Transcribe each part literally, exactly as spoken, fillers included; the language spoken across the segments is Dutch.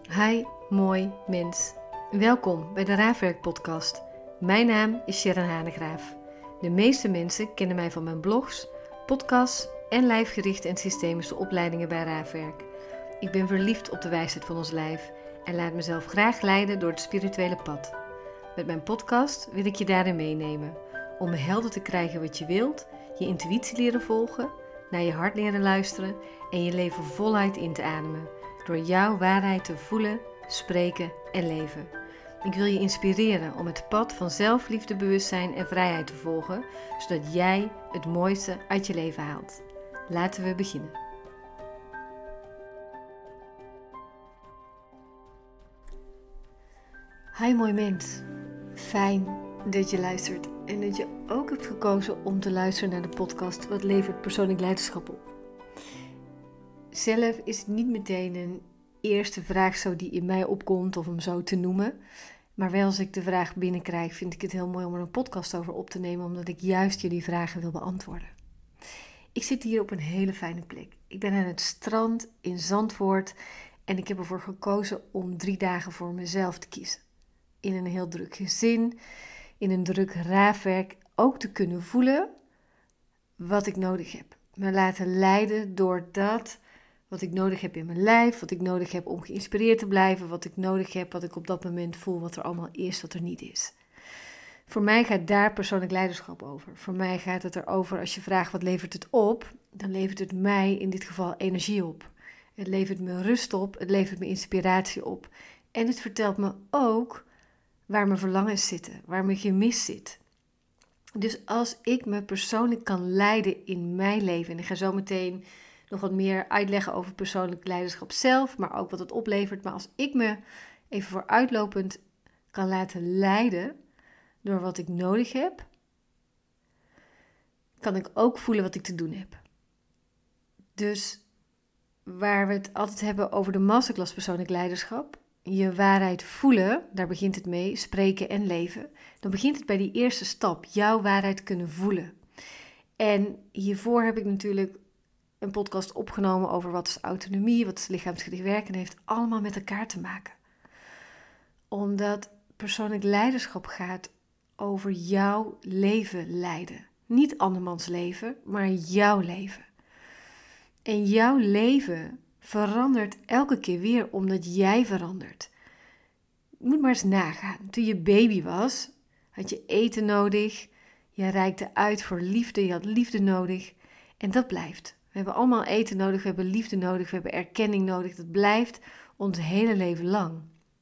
Hi, mooi mens. Welkom bij de Raafwerk podcast. Mijn naam is Sharon Hanegraaf. De meeste mensen kennen mij van mijn blogs, podcasts en lijfgerichte en systemische opleidingen bij Raafwerk. Ik ben verliefd op de wijsheid van ons lijf en laat mezelf graag leiden door het spirituele pad. Met mijn podcast wil ik je daarin meenemen, om helder te krijgen wat je wilt, je intuïtie leren volgen, naar je hart leren luisteren en je leven voluit in te ademen. Door jouw waarheid te voelen, spreken en leven. Ik wil je inspireren om het pad van zelfliefde, bewustzijn en vrijheid te volgen, zodat jij het mooiste uit je leven haalt. Laten we beginnen. Hi mooi mens. Fijn dat je luistert en dat je ook hebt gekozen om te luisteren naar de podcast Wat levert persoonlijk leiderschap op? Zelf is het niet meteen een eerste vraag zo die in mij opkomt of hem zo te noemen. Maar wel als ik de vraag binnenkrijg, vind ik het heel mooi om er een podcast over op te nemen, omdat ik juist jullie vragen wil beantwoorden. Ik zit hier op een hele fijne plek. Ik ben aan het strand in Zandvoort en ik heb ervoor gekozen om drie dagen voor mezelf te kiezen. In een heel druk gezin, in een druk raafwerk, ook te kunnen voelen wat ik nodig heb. Me laten leiden door dat wat ik nodig heb in mijn lijf, wat ik nodig heb om geïnspireerd te blijven, wat ik nodig heb, wat ik op dat moment voel, wat er allemaal is, wat er niet is. Voor mij gaat daar persoonlijk leiderschap over. Voor mij gaat het erover, als je vraagt wat levert het op, dan levert het mij in dit geval energie op. Het levert me rust op, het levert me inspiratie op. En het vertelt me ook waar mijn verlangens zitten, waar mijn gemis zit. Dus als ik me persoonlijk kan leiden in mijn leven, en ik ga zo meteen nog wat meer uitleggen over persoonlijk leiderschap zelf, maar ook wat het oplevert. Maar als ik me even vooruitlopend kan laten leiden door wat ik nodig heb, kan ik ook voelen wat ik te doen heb. Dus waar we het altijd hebben over de masterclass persoonlijk leiderschap, je waarheid voelen, daar begint het mee, spreken en leven. Dan begint het bij die eerste stap, jouw waarheid kunnen voelen. En hiervoor heb ik natuurlijk een podcast opgenomen over wat is autonomie, wat is lichaamsgericht werken, en heeft allemaal met elkaar te maken. Omdat persoonlijk leiderschap gaat over jouw leven leiden. Niet andermans leven, maar jouw leven. En jouw leven verandert elke keer weer omdat jij verandert. Je moet maar eens nagaan. Toen je baby was, had je eten nodig. Je reikte uit voor liefde, je had liefde nodig. En dat blijft. We hebben allemaal eten nodig, we hebben liefde nodig, we hebben erkenning nodig. Dat blijft ons hele leven lang.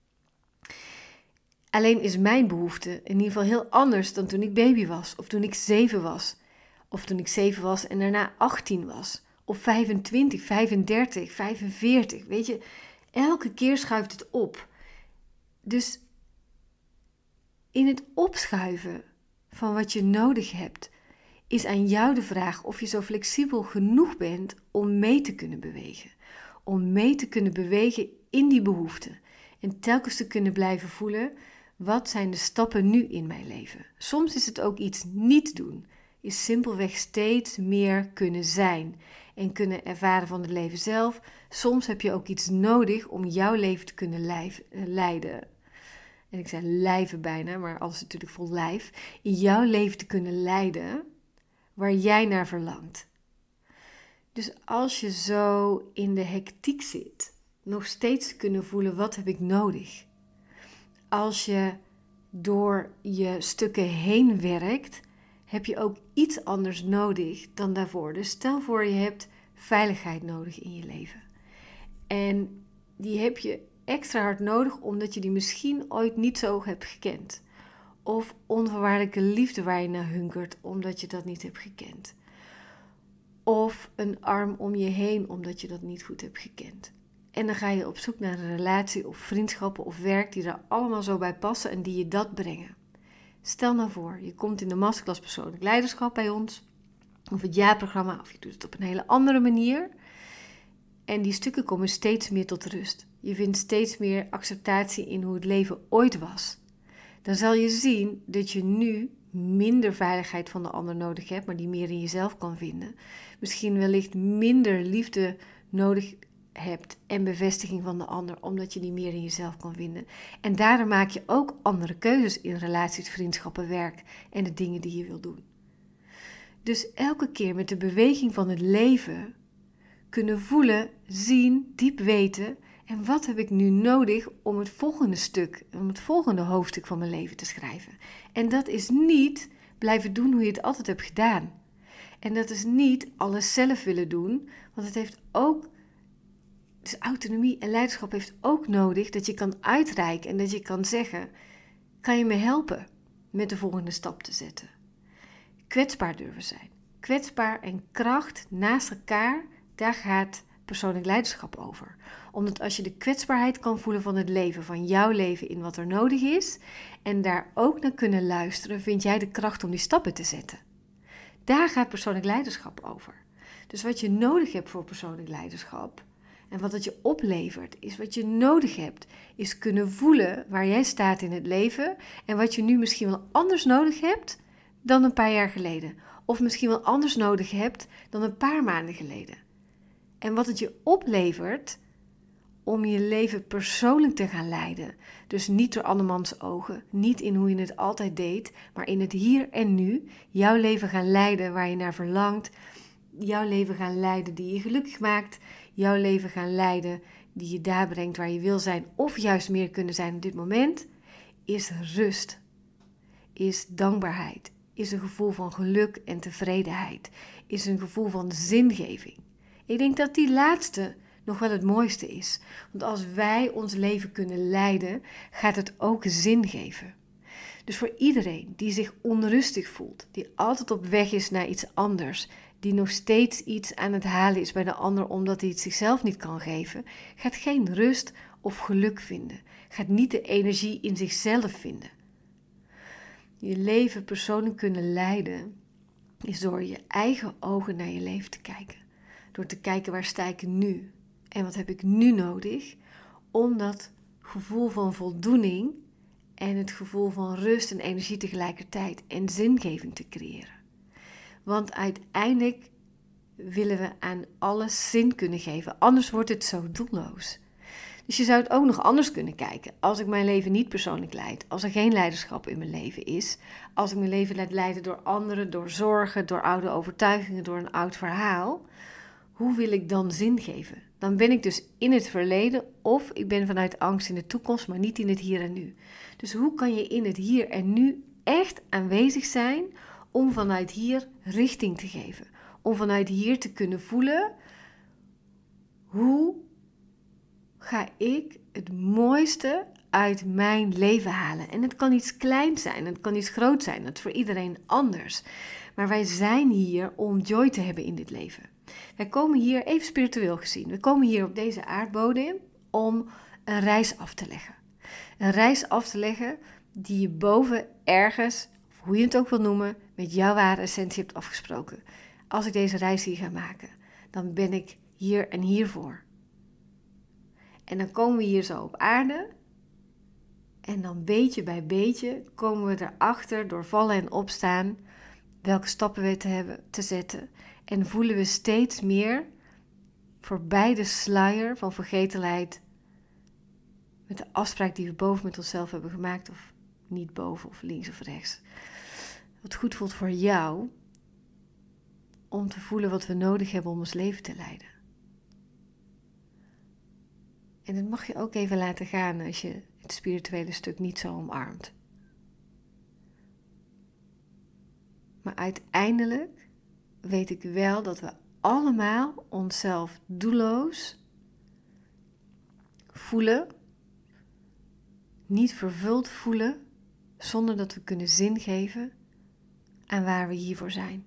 Alleen is mijn behoefte in ieder geval heel anders dan toen ik baby was. Of toen ik zeven was. Of toen ik zeven was en daarna achttien was. Of vijfentwintig, vijfendertig, vijfenveertig. Weet je, elke keer schuift het op. Dus in het opschuiven van wat je nodig hebt, is aan jou de vraag of je zo flexibel genoeg bent om mee te kunnen bewegen. Om mee te kunnen bewegen in die behoeften. En telkens te kunnen blijven voelen, wat zijn de stappen nu in mijn leven? Soms is het ook iets niet doen. Is simpelweg steeds meer kunnen zijn. En kunnen ervaren van het leven zelf. Soms heb je ook iets nodig om jouw leven te kunnen lijf, leiden. En ik zei lijven bijna, maar alles natuurlijk vol lijf. In jouw leven te kunnen leiden waar jij naar verlangt. Dus als je zo in de hectiek zit, nog steeds te kunnen voelen, wat heb ik nodig? Als je door je stukken heen werkt, heb je ook iets anders nodig dan daarvoor. Dus stel voor je hebt veiligheid nodig in je leven. En die heb je extra hard nodig omdat je die misschien ooit niet zo hebt gekend. Of onvoorwaardelijke liefde waar je naar hunkert omdat je dat niet hebt gekend. Of een arm om je heen omdat je dat niet goed hebt gekend. En dan ga je op zoek naar een relatie of vriendschappen of werk die er allemaal zo bij passen en die je dat brengen. Stel nou voor, je komt in de masterclass persoonlijk leiderschap bij ons, of het jaarprogramma, of je doet het op een hele andere manier. En die stukken komen steeds meer tot rust. Je vindt steeds meer acceptatie in hoe het leven ooit was. Dan zal je zien dat je nu minder veiligheid van de ander nodig hebt, maar die meer in jezelf kan vinden. Misschien wellicht minder liefde nodig hebt en bevestiging van de ander, omdat je die meer in jezelf kan vinden. En daardoor maak je ook andere keuzes in relaties, vriendschappen, werk en de dingen die je wil doen. Dus elke keer met de beweging van het leven kunnen voelen, zien, diep weten, en wat heb ik nu nodig om het volgende stuk, om het volgende hoofdstuk van mijn leven te schrijven. En dat is niet blijven doen hoe je het altijd hebt gedaan. En dat is niet alles zelf willen doen, want het heeft ook, dus autonomie en leiderschap heeft ook nodig dat je kan uitreiken en dat je kan zeggen, kan je me helpen met de volgende stap te zetten? Kwetsbaar durven zijn. Kwetsbaar en kracht naast elkaar, daar gaat persoonlijk leiderschap over. Omdat als je de kwetsbaarheid kan voelen van het leven, van jouw leven in wat er nodig is, en daar ook naar kunnen luisteren, vind jij de kracht om die stappen te zetten. Daar gaat persoonlijk leiderschap over. Dus wat je nodig hebt voor persoonlijk leiderschap en wat het je oplevert, is wat je nodig hebt, is kunnen voelen waar jij staat in het leven en wat je nu misschien wel anders nodig hebt dan een paar jaar geleden. Of misschien wel anders nodig hebt dan een paar maanden geleden. En wat het je oplevert om je leven persoonlijk te gaan leiden. Dus niet door andermans ogen, niet in hoe je het altijd deed, maar in het hier en nu. Jouw leven gaan leiden waar je naar verlangt. Jouw leven gaan leiden die je gelukkig maakt. Jouw leven gaan leiden die je daar brengt waar je wil zijn. Of juist meer kunnen zijn op dit moment. Is rust. Is dankbaarheid. Is een gevoel van geluk en tevredenheid. Is een gevoel van zingeving. Ik denk dat die laatste nog wel het mooiste is. Want als wij ons leven kunnen leiden, gaat het ook zin geven. Dus voor iedereen die zich onrustig voelt, die altijd op weg is naar iets anders, die nog steeds iets aan het halen is bij de ander omdat hij het zichzelf niet kan geven, gaat geen rust of geluk vinden. Gaat niet de energie in zichzelf vinden. Je leven persoonlijk kunnen leiden is door je eigen ogen naar je leven te kijken. Door te kijken waar sta ik nu en wat heb ik nu nodig om dat gevoel van voldoening en het gevoel van rust en energie tegelijkertijd en zingeving te creëren. Want uiteindelijk willen we aan alles zin kunnen geven, anders wordt het zo doelloos. Dus je zou het ook nog anders kunnen kijken. Als ik mijn leven niet persoonlijk leid, als er geen leiderschap in mijn leven is, als ik mijn leven laat leiden door anderen, door zorgen, door oude overtuigingen, door een oud verhaal, hoe wil ik dan zin geven? Dan ben ik dus in het verleden of ik ben vanuit angst in de toekomst, maar niet in het hier en nu. Dus hoe kan je in het hier en nu echt aanwezig zijn om vanuit hier richting te geven? Om vanuit hier te kunnen voelen, hoe ga ik het mooiste uit mijn leven halen? En het kan iets kleins zijn, het kan iets groot zijn, dat is voor iedereen anders. Maar wij zijn hier om joy te hebben in dit leven. Wij komen hier, even spiritueel gezien, we komen hier op deze aardbodem om een reis af te leggen. Een reis af te leggen die je boven ergens, of hoe je het ook wil noemen, met jouw ware essentie hebt afgesproken. Als ik deze reis hier ga maken, dan ben ik hier en hiervoor. En dan komen we hier zo op aarde en dan beetje bij beetje komen we erachter door vallen en opstaan welke stappen we te hebben te zetten. En voelen we steeds meer voorbij de sluier van vergetelheid met de afspraak die we boven met onszelf hebben gemaakt of niet boven of links of rechts. Wat goed voelt voor jou om te voelen wat we nodig hebben om ons leven te leiden. En dat mag je ook even laten gaan als je het spirituele stuk niet zo omarmt. Maar uiteindelijk weet ik wel dat we allemaal onszelf doelloos voelen, niet vervuld voelen, zonder dat we kunnen zin geven aan waar we hiervoor zijn.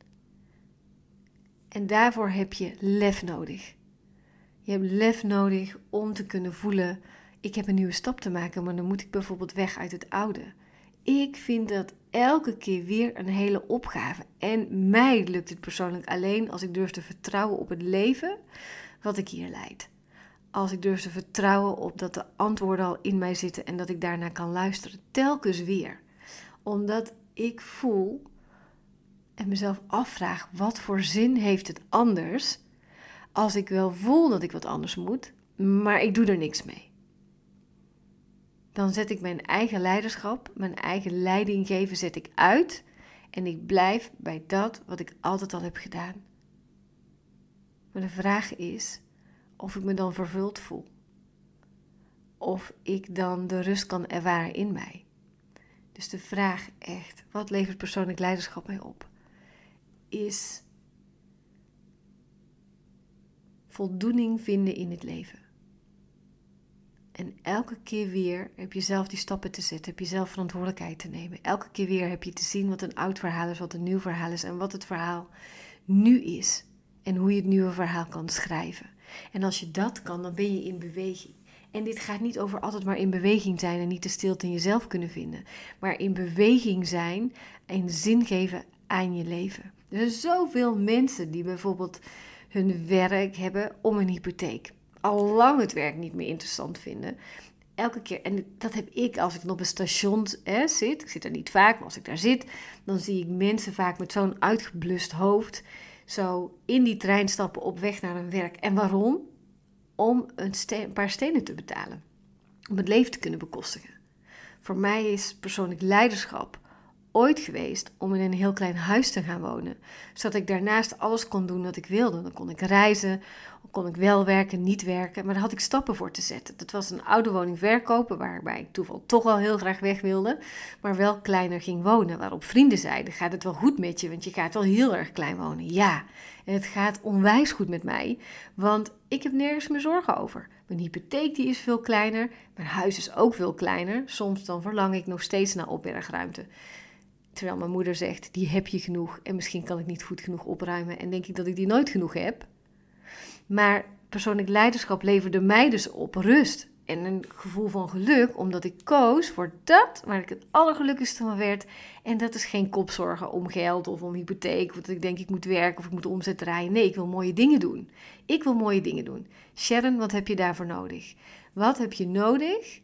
En daarvoor heb je lef nodig. Je hebt lef nodig om te kunnen voelen, ik heb een nieuwe stap te maken, maar dan moet ik bijvoorbeeld weg uit het oude. Ik vind dat elke keer weer een hele opgave. En mij lukt het persoonlijk alleen als ik durf te vertrouwen op het leven wat ik hier leid. Als ik durf te vertrouwen op dat de antwoorden al in mij zitten en dat ik daarnaar kan luisteren. Telkens weer. Omdat ik voel en mezelf afvraag, wat voor zin heeft het anders Als ik wel voel dat ik wat anders moet, maar ik doe er niks mee. Dan zet ik mijn eigen leiderschap, mijn eigen leiding geven, zet ik uit. En ik blijf bij dat wat ik altijd al heb gedaan. Maar de vraag is of ik me dan vervuld voel. Of ik dan de rust kan ervaren in mij. Dus de vraag echt, wat levert persoonlijk leiderschap mij op? Is voldoening vinden in het leven. En elke keer weer heb je zelf die stappen te zetten, heb je zelf verantwoordelijkheid te nemen. Elke keer weer heb je te zien wat een oud verhaal is, wat een nieuw verhaal is en wat het verhaal nu is. En hoe je het nieuwe verhaal kan schrijven. En als je dat kan, dan ben je in beweging. En dit gaat niet over altijd maar in beweging zijn en niet de stilte in jezelf kunnen vinden. Maar in beweging zijn en zin geven aan je leven. Er zijn zoveel mensen die bijvoorbeeld hun werk hebben om een hypotheek. Al lang het werk niet meer interessant vinden. Elke keer, en dat heb ik als ik dan op een station hè, zit. Ik zit er niet vaak, maar als ik daar zit, dan zie ik mensen vaak met zo'n uitgeblust hoofd zo in die trein stappen op weg naar hun werk. En waarom? Om een, steen, een paar stenen te betalen. Om het leven te kunnen bekostigen. Voor mij is persoonlijk leiderschap ooit geweest om in een heel klein huis te gaan wonen. Zodat ik daarnaast alles kon doen wat ik wilde. Dan kon ik reizen, kon ik wel werken, niet werken. Maar daar had ik stappen voor te zetten. Dat was een oude woning verkopen, waarbij ik toevallig toch al heel graag weg wilde. Maar wel kleiner ging wonen. Waarop vrienden zeiden, gaat het wel goed met je? Want je gaat wel heel erg klein wonen. Ja, en het gaat onwijs goed met mij. Want ik heb nergens meer zorgen over. Mijn hypotheek die is veel kleiner. Mijn huis is ook veel kleiner. Soms dan verlang ik nog steeds naar opbergruimte. Terwijl mijn moeder zegt, die heb je genoeg. En misschien kan ik niet goed genoeg opruimen. En denk ik dat ik die nooit genoeg heb. Maar persoonlijk leiderschap leverde mij dus op rust. En een gevoel van geluk. Omdat ik koos voor dat waar ik het allergelukkigste van werd. En dat is geen kopzorgen om geld of om hypotheek. Of dat ik denk ik moet werken of ik moet omzet draaien. Nee, ik wil mooie dingen doen. Ik wil mooie dingen doen. Sharon, wat heb je daarvoor nodig? Wat heb je nodig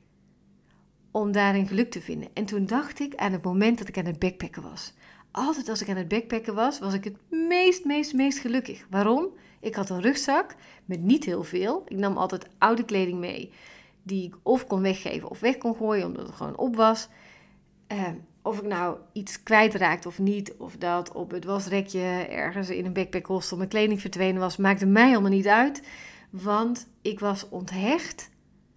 om daarin geluk te vinden? En toen dacht ik aan het moment dat ik aan het backpacken was. Altijd als ik aan het backpacken was, was ik het meest, meest, meest gelukkig. Waarom? Ik had een rugzak met niet heel veel. Ik nam altijd oude kleding mee, die ik of kon weggeven of weg kon gooien, omdat het gewoon op was. Uh, of ik nou iets kwijtraakte of niet, of dat op het wasrekje ergens in een backpackhostel mijn kleding verdwenen was, maakte mij helemaal niet uit. Want ik was onthecht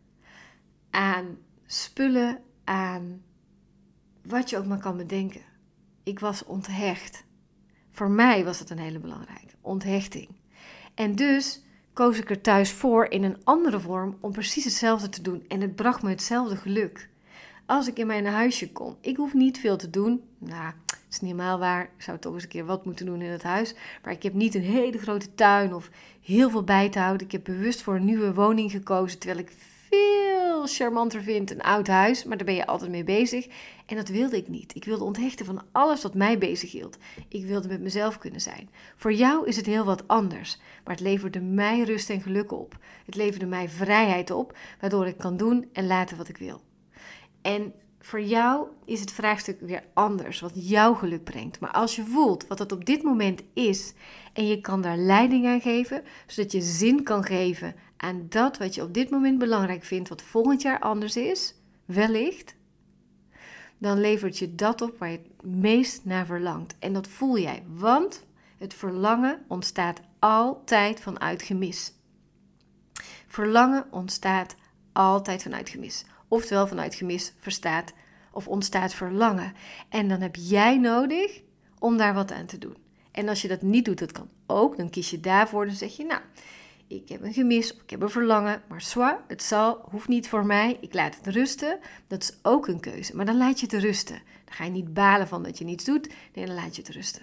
aan spullen, aan wat je ook maar kan bedenken. Ik was onthecht. Voor mij was het een hele belangrijke onthechting. En dus koos ik er thuis voor in een andere vorm om precies hetzelfde te doen. En het bracht me hetzelfde geluk. Als ik in mijn huisje kon. Ik hoef niet veel te doen. Nou, dat is niet helemaal waar. Ik zou toch eens een keer wat moeten doen in het huis. Maar ik heb niet een hele grote tuin of heel veel bij te houden. Ik heb bewust voor een nieuwe woning gekozen. Terwijl ik veel charmanter vind een oud huis. Maar daar ben je altijd mee bezig. En dat wilde ik niet. Ik wilde onthechten van alles wat mij bezig hield. Ik wilde met mezelf kunnen zijn. Voor jou is het heel wat anders. Maar het leverde mij rust en geluk op. Het leverde mij vrijheid op. Waardoor ik kan doen en laten wat ik wil. En voor jou is het vraagstuk weer anders, wat jou geluk brengt. Maar als je voelt wat het op dit moment is en je kan daar leiding aan geven, zodat je zin kan geven aan dat wat je op dit moment belangrijk vindt, wat volgend jaar anders is, wellicht, dan levert je dat op waar je het meest naar verlangt. En dat voel jij, want het verlangen ontstaat altijd vanuit gemis. Verlangen ontstaat altijd vanuit gemis. Oftewel vanuit gemis verstaat of ontstaat verlangen. En dan heb jij nodig om daar wat aan te doen. En als je dat niet doet, dat kan ook. Dan kies je daarvoor. Dan zeg je, nou, ik heb een gemis of ik heb een verlangen. Maar soit, het zal, hoeft niet voor mij. Ik laat het rusten. Dat is ook een keuze. Maar dan laat je het rusten. Dan ga je niet balen van dat je niets doet. Nee, dan laat je het rusten.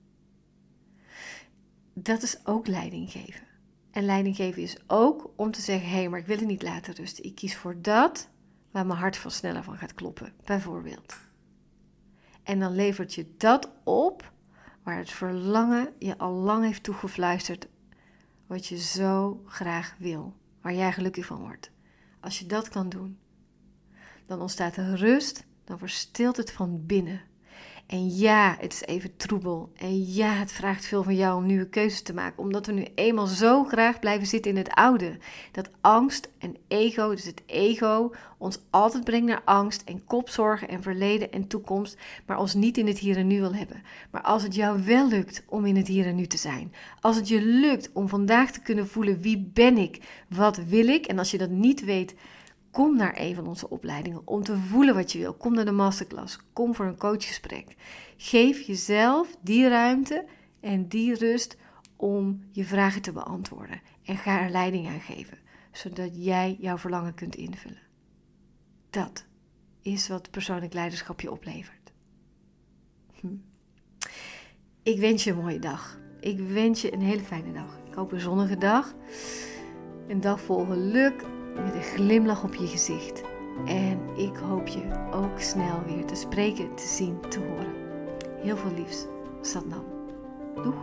Dat is ook leiding geven. En leiding geven is ook om te zeggen, hé, hey, maar ik wil het niet laten rusten. Ik kies voor dat waar mijn hart van sneller van gaat kloppen, bijvoorbeeld. En dan levert je dat op waar het verlangen je al lang heeft toegefluisterd, wat je zo graag wil, waar jij gelukkig van wordt. Als je dat kan doen, dan ontstaat er rust, dan verstilt het van binnen. En ja, het is even troebel. En ja, het vraagt veel van jou om nieuwe keuzes te maken. Omdat we nu eenmaal zo graag blijven zitten in het oude. Dat angst en ego, dus het ego, ons altijd brengt naar angst en kopzorgen en verleden en toekomst. Maar ons niet in het hier en nu wil hebben. Maar als het jou wel lukt om in het hier en nu te zijn. Als het je lukt om vandaag te kunnen voelen, wie ben ik? Wat wil ik? En als je dat niet weet, kom naar een van onze opleidingen om te voelen wat je wil. Kom naar de masterclass. Kom voor een coachgesprek. Geef jezelf die ruimte en die rust om je vragen te beantwoorden. En ga er leiding aan geven, zodat jij jouw verlangen kunt invullen. Dat is wat persoonlijk leiderschap je oplevert. Hm. Ik wens je een mooie dag. Ik wens je een hele fijne dag. Ik hoop een zonnige dag. Een dag vol geluk. Met een glimlach op je gezicht. En ik hoop je ook snel weer te spreken, te zien, te horen. Heel veel liefs. Satnam. Doeg!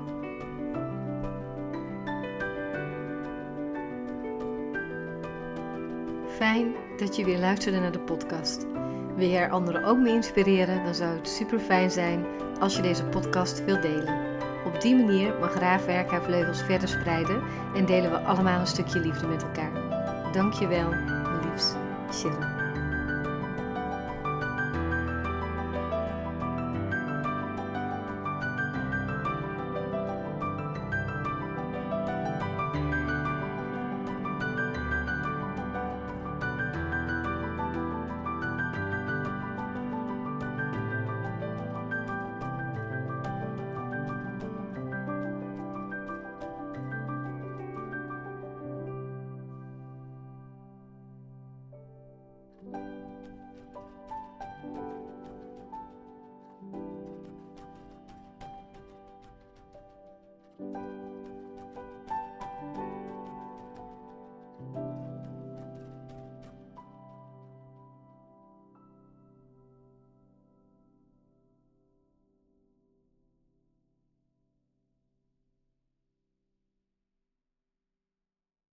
Fijn dat je weer luisterde naar de podcast. Wil je er anderen ook mee inspireren? Dan zou het super fijn zijn als je deze podcast wilt delen. Op die manier mag Raafwerk haar vleugels verder spreiden en delen we allemaal een stukje liefde met elkaar. Dankjewel, liefs, Sharon. Thank you.